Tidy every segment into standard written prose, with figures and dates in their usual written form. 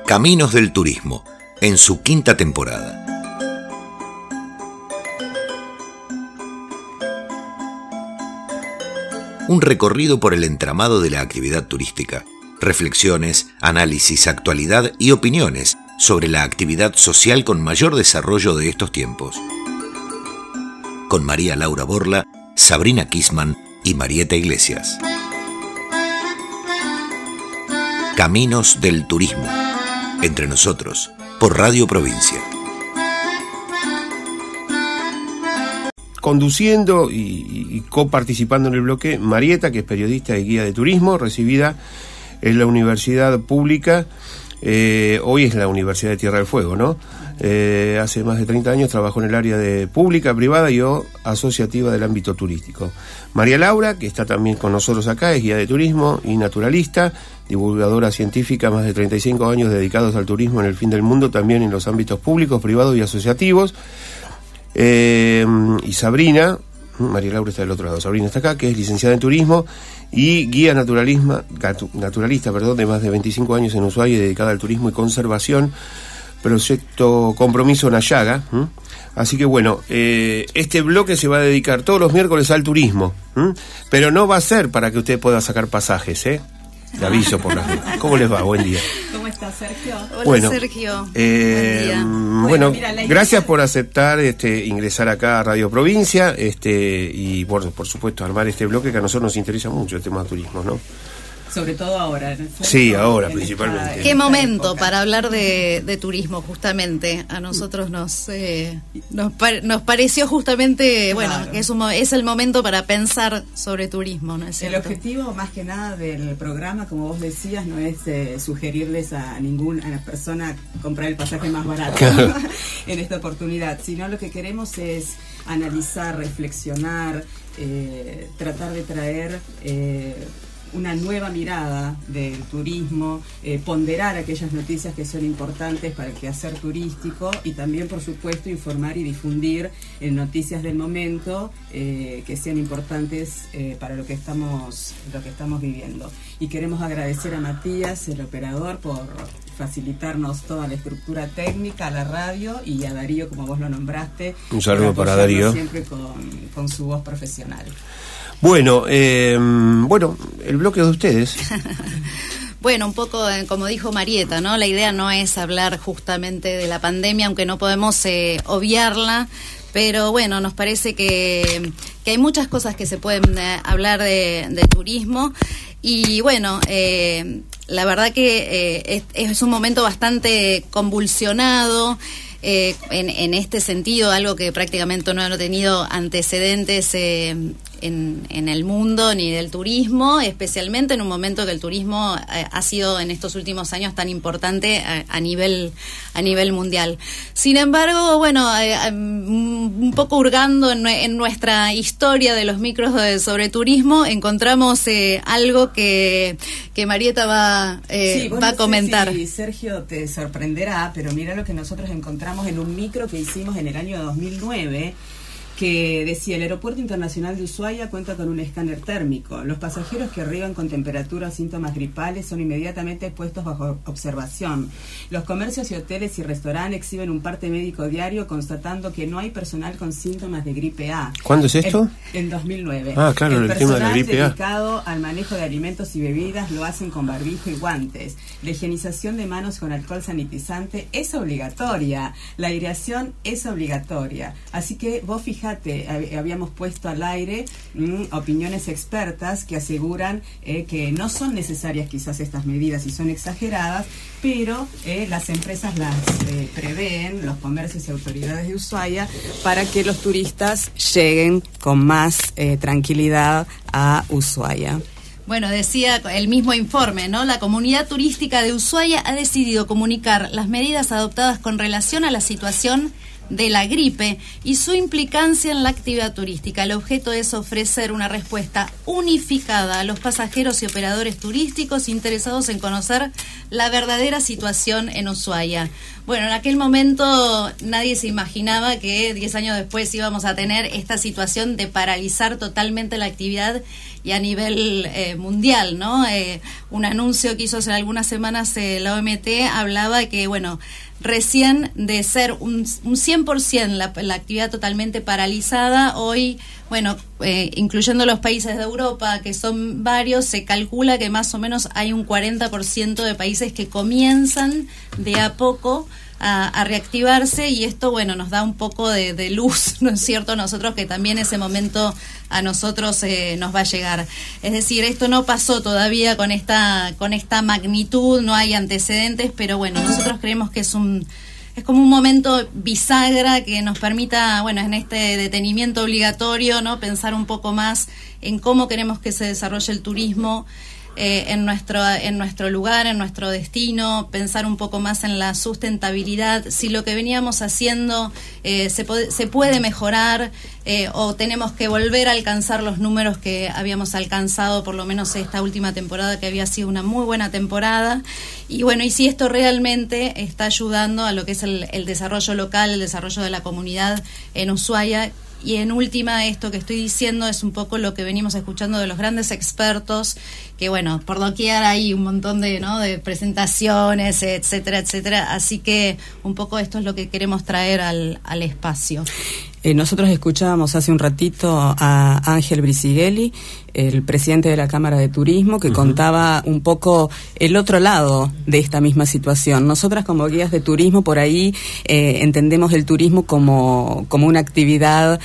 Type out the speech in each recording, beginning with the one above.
Caminos del Turismo, en su quinta temporada. Un recorrido por el entramado de la actividad turística, reflexiones, análisis, actualidad y opiniones sobre la actividad social con mayor desarrollo de estos tiempos. Con María Laura Borla, Sabrina Kisman y Marieta Iglesias. Caminos del Turismo, entre nosotros, por Radio Provincia. Conduciendo y coparticipando en el bloque, Marieta, que es periodista y guía de turismo, recibida en la Universidad Pública, hoy es la Universidad de Tierra del Fuego, ¿no? Hace más de 30 años trabajó en el área de pública, privada y o asociativa del ámbito turístico. María Laura, que está también con nosotros acá, es guía de turismo y naturalista, divulgadora científica, más de 35 años dedicados al turismo en el fin del mundo, también en los ámbitos públicos, privados y asociativos. Y Sabrina, María Laura está del otro lado, Sabrina está acá, que es licenciada en turismo y guía naturalista, de más de 25 años en Ushuaia, dedicada al turismo y conservación, proyecto Compromiso Nayaga. Así que bueno, este bloque se va a dedicar todos los miércoles al turismo, pero no va a ser para que usted pueda sacar pasajes, te aviso por las dudas. ¿Cómo les va? Buen día. ¿Cómo estás, Sergio? Hola, bueno, Sergio. Bueno, mira, gracias por aceptar ingresar acá a Radio Provincia y por supuesto armar este bloque que a nosotros nos interesa mucho, el tema de turismo, ¿no? Sobre todo ahora, ¿no? Sí, ahora principalmente. Qué momento para hablar de turismo, justamente. A nosotros nos pareció justamente, claro, bueno, que es el momento para pensar sobre turismo, ¿no es cierto? El objetivo, más que nada, del programa, como vos decías, no es sugerirles a ninguna persona comprar el pasaje más barato, claro, en esta oportunidad, sino lo que queremos es analizar, reflexionar, tratar de traer una nueva mirada del turismo, ponderar aquellas noticias que son importantes para el quehacer turístico y también, por supuesto, informar y difundir noticias del momento que sean importantes para lo que estamos viviendo. Y queremos agradecer a Matías, el operador, por facilitarnos toda la estructura técnica, a la radio, y a Darío, como vos lo nombraste. Un saludo para Darío. Siempre con su voz profesional. Bueno, el bloque de ustedes. Bueno, un poco como dijo Marieta, ¿no? La idea no es hablar justamente de la pandemia, aunque no podemos obviarla, pero bueno, nos parece que hay muchas cosas que se pueden hablar de turismo y bueno, la verdad que es un momento bastante convulsionado. En este sentido, algo que prácticamente no ha tenido antecedentes en el mundo ni del turismo, especialmente en un momento que el turismo ha sido en estos últimos años tan importante a nivel mundial. Sin embargo, bueno, un poco hurgando en nuestra historia de los micros sobre turismo, encontramos algo que Marieta va a comentar. Sí, Sergio, te sorprenderá, pero mira lo que nosotros encontramos en un micro que hicimos en el año 2009, que decía: el Aeropuerto Internacional de Ushuaia cuenta con un escáner térmico. Los pasajeros que arriban con temperatura o síntomas gripales son inmediatamente puestos bajo observación. Los comercios y hoteles y restaurantes exhiben un parte médico diario constatando que no hay personal con síntomas de gripe A. ¿Cuándo es esto? En 2009. Ah, claro, el tema de la gripe A. El personal dedicado al manejo de alimentos y bebidas lo hacen con barbijo y guantes. La higienización de manos con alcohol sanitizante es obligatoria. La aireación es obligatoria. Así que vos fijate, habíamos puesto al aire opiniones expertas que aseguran que no son necesarias quizás estas medidas y son exageradas, pero las empresas las prevén, los comercios y autoridades de Ushuaia, para que los turistas lleguen con más tranquilidad a Ushuaia. Bueno, decía el mismo informe, ¿no? La comunidad turística de Ushuaia ha decidido comunicar las medidas adoptadas con relación a la situación de la gripe y su implicancia en la actividad turística. El objeto es ofrecer una respuesta unificada a los pasajeros y operadores turísticos interesados en conocer la verdadera situación en Ushuaia. Bueno, en aquel momento nadie se imaginaba que 10 años después íbamos a tener esta situación de paralizar totalmente la actividad y a nivel mundial, ¿no? Un anuncio que hizo hace algunas semanas la OMT hablaba de que, bueno, recién de ser un 100% la actividad totalmente paralizada, hoy, bueno, incluyendo los países de Europa, que son varios, se calcula que más o menos hay un 40% de países que comienzan de a poco a reactivarse, y esto, bueno, nos da un poco de luz, ¿no es cierto? Nosotros, que también ese momento a nosotros nos va a llegar. Es decir, esto no pasó todavía con esta magnitud, no hay antecedentes, pero bueno, nosotros creemos que es como un momento bisagra que nos permita, bueno, en este detenimiento obligatorio, ¿no?, pensar un poco más en cómo queremos que se desarrolle el turismo en nuestro lugar, en nuestro destino, pensar un poco más en la sustentabilidad, si lo que veníamos haciendo se puede mejorar, o tenemos que volver a alcanzar los números que habíamos alcanzado, por lo menos esta última temporada, que había sido una muy buena temporada. Y bueno, y si esto realmente está ayudando a lo que es el desarrollo local, el desarrollo de la comunidad en Ushuaia. Y en última, esto que estoy diciendo es un poco lo que venimos escuchando de los grandes expertos, que bueno, por doquier hay un montón de presentaciones, etcétera, etcétera. Así que un poco esto es lo que queremos traer al espacio. Nosotros escuchábamos hace un ratito a Ángel Brisighella, el presidente de la Cámara de Turismo, que contaba un poco el otro lado de esta misma situación. Nosotras, como guías de turismo, por ahí entendemos el turismo como una actividad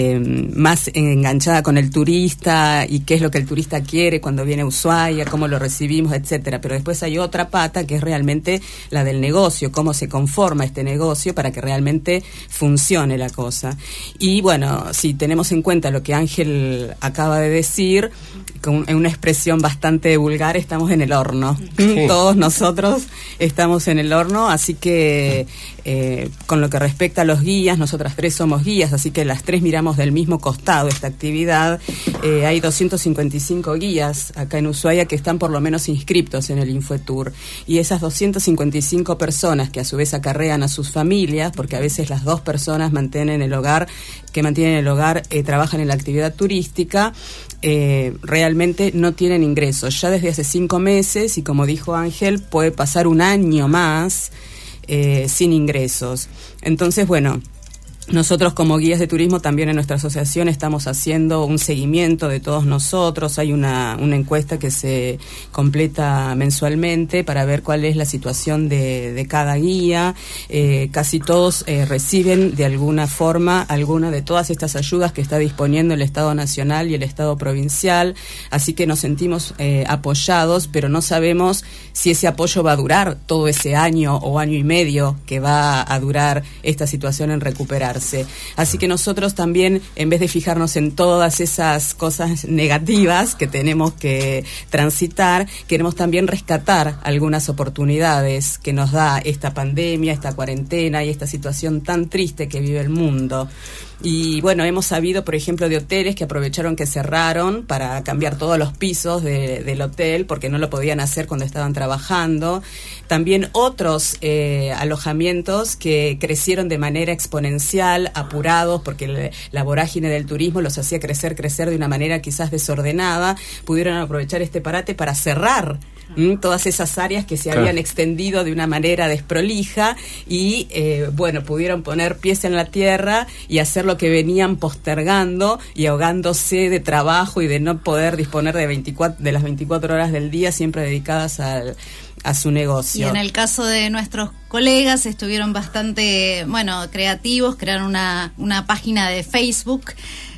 más enganchada con el turista, y qué es lo que el turista quiere cuando viene a Ushuaia, cómo lo recibimos, etcétera. Pero después hay otra pata, que es realmente la del negocio, cómo se conforma este negocio para que realmente funcione la cosa. Y bueno, si tenemos en cuenta lo que Ángel acaba de decir, en una expresión bastante vulgar, estamos en el horno. Sí. Todos nosotros estamos en el horno, así que con lo que respecta a los guías, nosotras tres somos guías, así que las tres miramos del mismo costado esta actividad. Hay 255 guías acá en Ushuaia que están por lo menos inscriptos en el Infotour, y esas 255 personas, que a su vez acarrean a sus familias, porque a veces las dos personas que mantienen el hogar, trabajan en la actividad turística, realmente no tienen ingresos ya desde hace 5 meses, y como dijo Ángel, puede pasar un año más sin ingresos. Entonces, bueno, nosotros como guías de turismo también en nuestra asociación estamos haciendo un seguimiento de todos nosotros. Hay una encuesta que se completa mensualmente para ver cuál es la situación de cada guía. Casi todos reciben de alguna forma alguna de todas estas ayudas que está disponiendo el Estado Nacional y el Estado Provincial, así que nos sentimos apoyados, pero no sabemos si ese apoyo va a durar todo ese año o año y medio que va a durar esta situación en recuperar. Así que nosotros también, en vez de fijarnos en todas esas cosas negativas que tenemos que transitar, queremos también rescatar algunas oportunidades que nos da esta pandemia, esta cuarentena y esta situación tan triste que vive el mundo. Y bueno, hemos sabido, por ejemplo, de hoteles que aprovecharon que cerraron para cambiar todos los pisos del hotel porque no lo podían hacer cuando estaban trabajando. También otros alojamientos que crecieron de manera exponencial, apurados, porque la vorágine del turismo los hacía crecer de una manera quizás desordenada, pudieron aprovechar este parate para cerrar todas esas áreas que se habían extendido de una manera desprolija y bueno, pudieron poner pies en la tierra y hacer lo que venían postergando y ahogándose de trabajo y de no poder disponer de las 24 horas del día siempre dedicadas a su negocio. Y en el caso de nuestros colegas estuvieron bastante, creativos, crearon una página de Facebook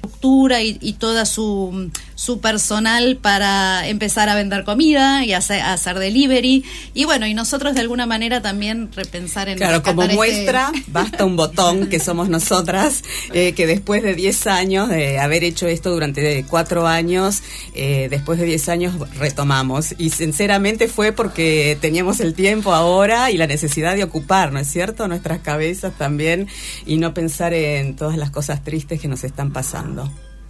y toda su personal para empezar a vender comida y hacer delivery, y bueno, y nosotros de alguna manera también repensar en... Claro, como muestra, basta un botón que somos nosotras, que después de 10 años de haber hecho esto durante 4 años, después de 10 años retomamos, y sinceramente fue porque teníamos el tiempo ahora y la necesidad de ocupar, ¿no es cierto?, nuestras cabezas también, y no pensar en todas las cosas tristes que nos están pasando.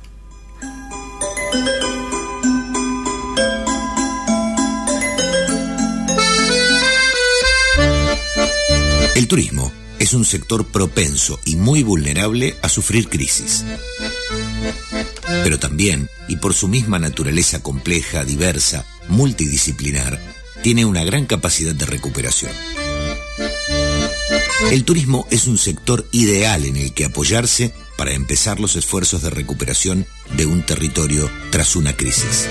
El turismo es un sector propenso y muy vulnerable a sufrir crisis. pero también, y por su misma naturaleza compleja, diversa, multidisciplinar, tiene una gran capacidad de recuperación. El turismo es un sector ideal en el que apoyarse para empezar los esfuerzos de recuperación de un territorio tras una crisis.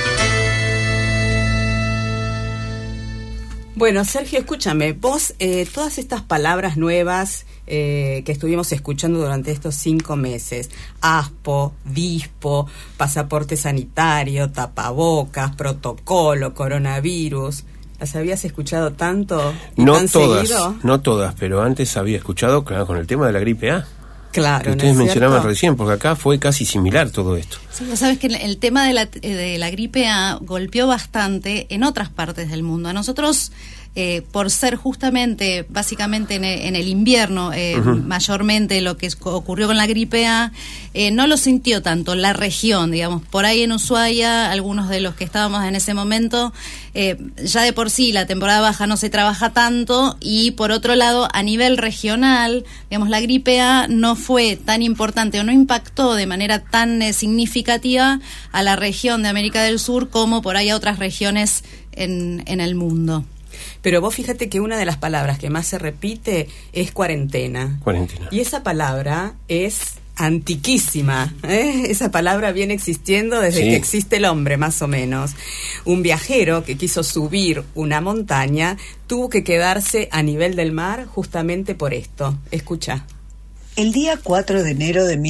Bueno, Sergio, escúchame, vos, todas estas palabras nuevas que estuvimos escuchando durante estos 5 meses, ASPO, DISPO, pasaporte sanitario, tapabocas, protocolo, coronavirus, ¿las habías escuchado tanto y tan seguido? No todas, pero antes había escuchado, claro, con el tema de la gripe A. Claro, que ustedes mencionaban recién, porque acá fue casi similar todo esto. Sí, vos sabés que el tema de la gripe A golpeó bastante en otras partes del mundo. A nosotros, por ser justamente, básicamente en el invierno, mayormente lo que ocurrió con la gripe A, no lo sintió tanto la región, digamos. Por ahí en Ushuaia, algunos de los que estábamos en ese momento, ya de por sí la temporada baja no se trabaja tanto, y por otro lado, a nivel regional, digamos, la gripe A no fue tan importante o no impactó de manera tan significativa a la región de América del Sur como por ahí a otras regiones en el mundo. Pero vos fíjate que una de las palabras que más se repite es cuarentena. Cuarentena. Y esa palabra es antiquísima, ¿eh? Esa palabra viene existiendo desde que existe el hombre, más o menos. Un viajero que quiso subir una montaña tuvo que quedarse a nivel del mar justamente por esto. Escucha. El día 4 de enero de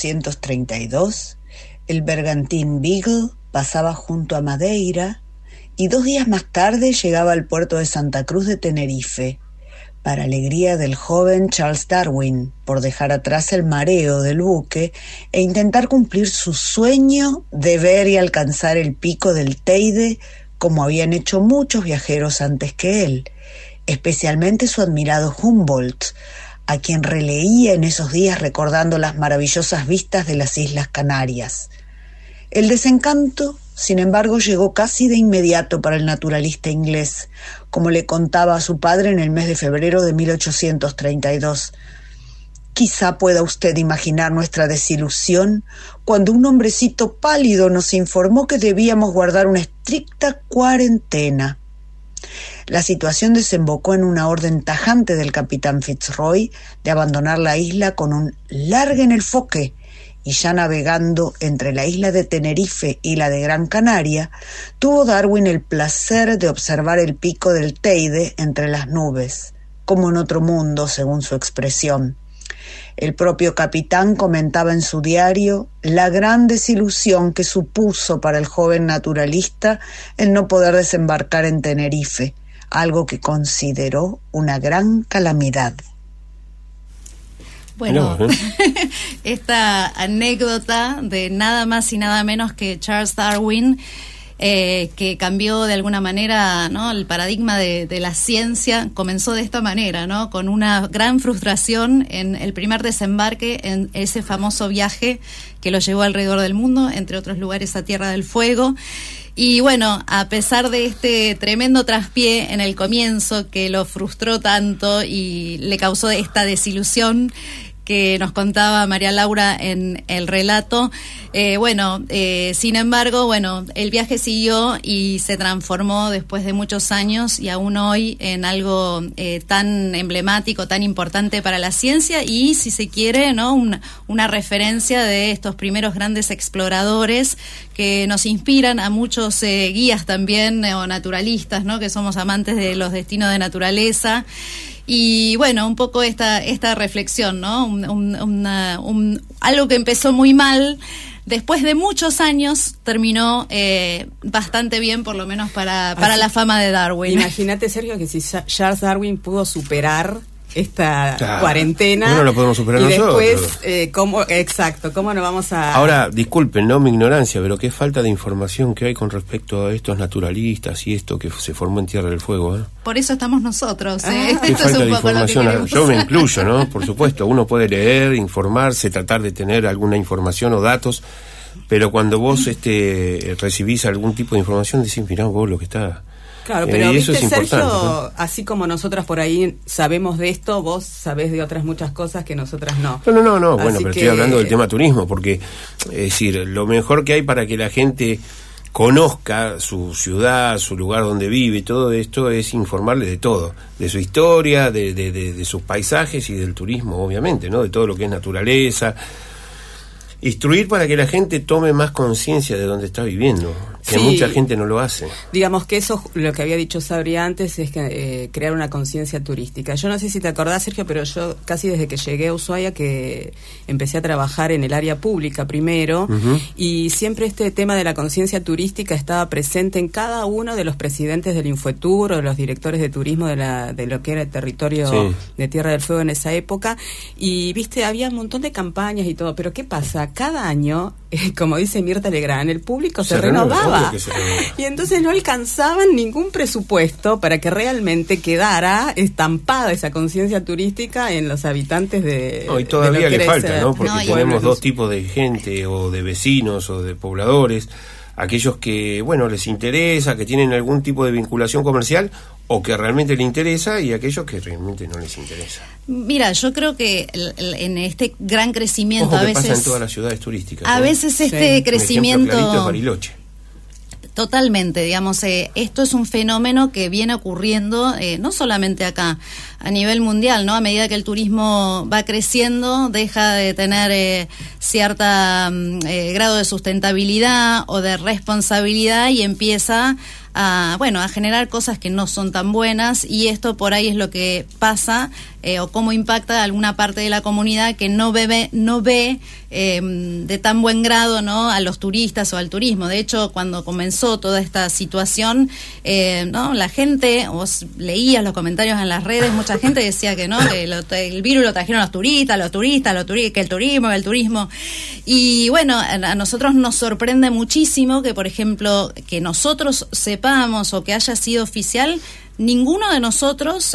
1832, el bergantín Beagle pasaba junto a Madeira y 2 días más tarde llegaba al puerto de Santa Cruz de Tenerife, para alegría del joven Charles Darwin, por dejar atrás el mareo del buque e intentar cumplir su sueño de ver y alcanzar el pico del Teide, como habían hecho muchos viajeros antes que él, especialmente su admirado Humboldt, a quien releía en esos días recordando las maravillosas vistas de las Islas Canarias. El desencanto, sin embargo, llegó casi de inmediato para el naturalista inglés, como le contaba a su padre en el mes de febrero de 1832. Quizá pueda usted imaginar nuestra desilusión cuando un hombrecito pálido nos informó que debíamos guardar una estricta cuarentena. La situación desembocó en una orden tajante del capitán Fitzroy de abandonar la isla con un "larguen el foque", y ya navegando entre la isla de Tenerife y la de Gran Canaria, tuvo Darwin el placer de observar el pico del Teide entre las nubes, como en otro mundo, según su expresión. El propio capitán comentaba en su diario la gran desilusión que supuso para el joven naturalista el no poder desembarcar en Tenerife, algo que consideró una gran calamidad. Bueno, esta anécdota de nada más y nada menos que Charles Darwin, que cambió de alguna manera, ¿no?, el paradigma de la ciencia, comenzó de esta manera, ¿no?, con una gran frustración en el primer desembarque en ese famoso viaje que lo llevó alrededor del mundo, entre otros lugares a Tierra del Fuego. Y bueno, a pesar de este tremendo traspié en el comienzo que lo frustró tanto y le causó esta desilusión que nos contaba María Laura en el relato, sin embargo, el viaje siguió y se transformó después de muchos años y aún hoy en algo tan emblemático, tan importante para la ciencia y, si se quiere, ¿no?, una referencia de estos primeros grandes exploradores que nos inspiran a muchos guías también o naturalistas, ¿no?, que somos amantes de los destinos de naturaleza. Y bueno, un poco esta reflexión, ¿no? Algo que empezó muy mal, después de muchos años terminó bastante bien, por lo menos para la fama de Darwin. Imagínate, Sergio, que si Charles Darwin pudo superar esta cuarentena, no lo podemos superar y nosotros. Después, ¿cómo no vamos a...? Ahora, disculpen, no mi ignorancia, pero qué falta de información que hay con respecto a estos naturalistas y esto que se formó en Tierra del Fuego, ¿eh? Por eso estamos nosotros, Qué falta de información. Yo me incluyo, ¿no? Por supuesto, uno puede leer, informarse, tratar de tener alguna información o datos, pero cuando vos recibís algún tipo de información, decís, mirá vos lo que está Claro, pero y eso viste, es importante, Sergio, ¿no? así como nosotras por ahí sabemos de esto, vos sabés de otras muchas cosas que nosotras no. No, bueno, Así pero que... estoy hablando del tema turismo, porque, es decir, lo mejor que hay para que la gente conozca su ciudad, su lugar donde vive, todo esto es informarle de todo, de su historia, de sus paisajes y del turismo, obviamente, ¿no? De todo lo que es naturaleza. Instruir para que la gente tome más conciencia de dónde está viviendo, que Sí. mucha gente no lo hace. Digamos que eso, lo que había dicho Sabri antes, es que crear una conciencia turística. Yo no sé si te acordás, Sergio, pero yo casi desde que llegué a Ushuaia que empecé a trabajar en el área pública primero, y siempre este tema de la conciencia turística estaba presente en cada uno de los presidentes del Infotur o de los directores de turismo de lo que era el territorio Sí. de Tierra del Fuego en esa época, y viste, había un montón de campañas y todo, pero ¿qué pasa? Cada año, como dice Mirta Legrand, el público se renovaba. obvio que se renueva. Y entonces no alcanzaban ningún presupuesto para que realmente quedara estampada esa conciencia turística en los habitantes de... No, y todavía le falta, ¿no? Porque No, y tenemos bueno, dos tipos de gente, o de vecinos, o de pobladores. Aquellos que, bueno, les interesa, que tienen algún tipo de vinculación comercial, o que realmente les interesa, y aquellos que realmente no les interesa. Mira, yo creo que en este gran crecimiento Ojo, a que veces... pasa en todas las ciudades turísticas. A ¿no? veces Sí. este Un ejemplo crecimiento... clarito es Bariloche. Totalmente, digamos, esto es un fenómeno que viene ocurriendo no solamente acá, a nivel mundial, ¿no? A medida que el turismo va creciendo, deja de tener cierta grado de sustentabilidad o de responsabilidad y empieza a generar cosas que no son tan buenas, y esto por ahí es lo que pasa o cómo impacta a alguna parte de la comunidad que no ve de tan buen grado, ¿no?, a los turistas o al turismo. De hecho, cuando comenzó toda esta situación, ¿no?, la gente, vos leías los comentarios en las redes, mucha gente decía que no, que el virus lo trajeron los turistas, que el turismo. Y bueno, a nosotros nos sorprende muchísimo que, por ejemplo, que nosotros sepamos o que haya sido oficial, ninguno de nosotros,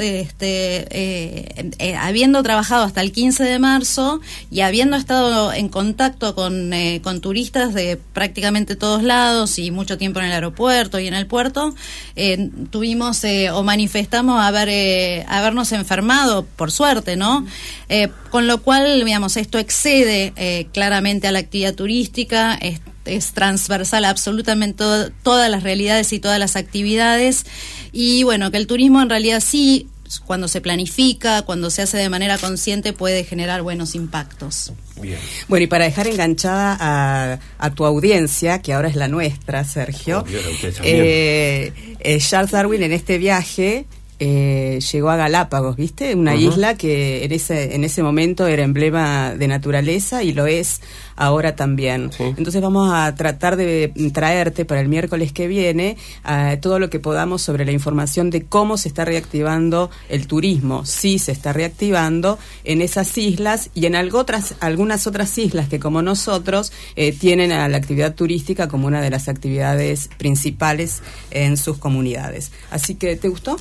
habiendo trabajado hasta el 15 de marzo y habiendo estado en contacto con turistas de prácticamente todos lados y mucho tiempo en el aeropuerto y en el puerto, tuvimos o manifestamos habernos enfermado, por suerte, ¿no? Con lo cual, digamos, esto excede claramente a la actividad turística, es transversal a absolutamente todas las realidades y todas las actividades, y bueno, que el turismo en realidad sí, cuando se planifica, cuando se hace de manera consciente, puede generar buenos impactos. Bien. Bueno, y para dejar enganchada a tu audiencia, que ahora es la nuestra, Sergio, Obvio, la ustedes también. Charles Darwin en este viaje llegó a Galápagos, ¿viste? Una isla que en ese momento era emblema de naturaleza y lo es ahora también. Sí. Entonces vamos a tratar de traerte para el miércoles que viene todo lo que podamos sobre la información de cómo se está reactivando el turismo, si se está reactivando en esas islas y en algunas otras islas que, como nosotros, tienen a la actividad turística como una de las actividades principales en sus comunidades. Así que, ¿te gustó?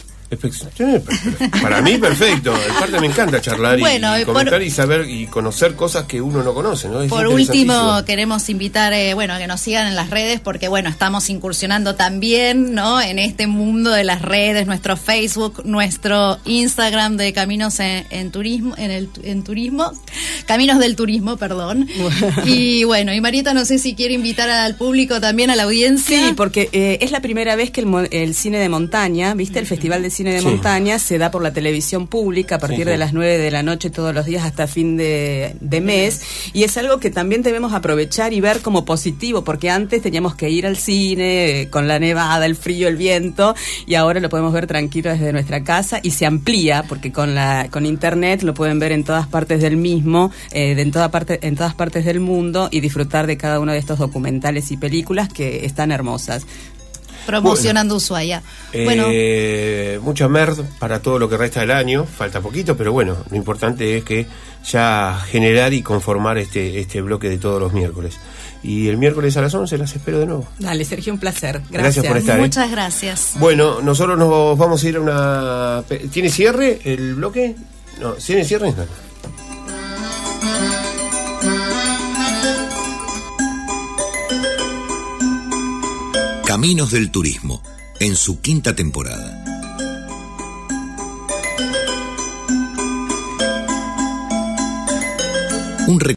Para mí perfecto. Aparte me encanta charlar Bueno, y comentar y saber y conocer cosas que uno no conoce, ¿no? Es por interesantísimo. último, queremos invitar a que nos sigan en las redes, porque estamos incursionando también, ¿no?, en este mundo de las redes, nuestro Facebook, nuestro Instagram de Caminos en Turismo, en Turismo, Caminos del Turismo, perdón. Y y Marieta, no sé si quiere invitar al público también, a la audiencia. Sí, porque es la primera vez que el cine de montaña, ¿viste? El Festival de Cine de Montaña se da por la televisión pública a partir de las 9 de la noche todos los días hasta fin de mes, y es algo que también debemos aprovechar y ver como positivo, porque antes teníamos que ir al cine con la nevada, el frío, el viento, y ahora lo podemos ver tranquilo desde nuestra casa, y se amplía porque con internet lo pueden ver en todas partes del en todas partes del mundo, y disfrutar de cada uno de estos documentales y películas que están hermosas. Promocionando Ushuaia. Mucha merd para todo lo que resta del año, falta poquito, pero bueno, lo importante es que ya generar y conformar este bloque de todos los miércoles. Y el miércoles a las 11 las espero de nuevo. Dale, Sergio, un placer. Gracias por estar. Muchas gracias. Bueno, nosotros nos vamos a ir a una... ¿Tiene cierre el bloque? No, ¿tiene cierre? No. Caminos del Turismo, en su quinta temporada. Un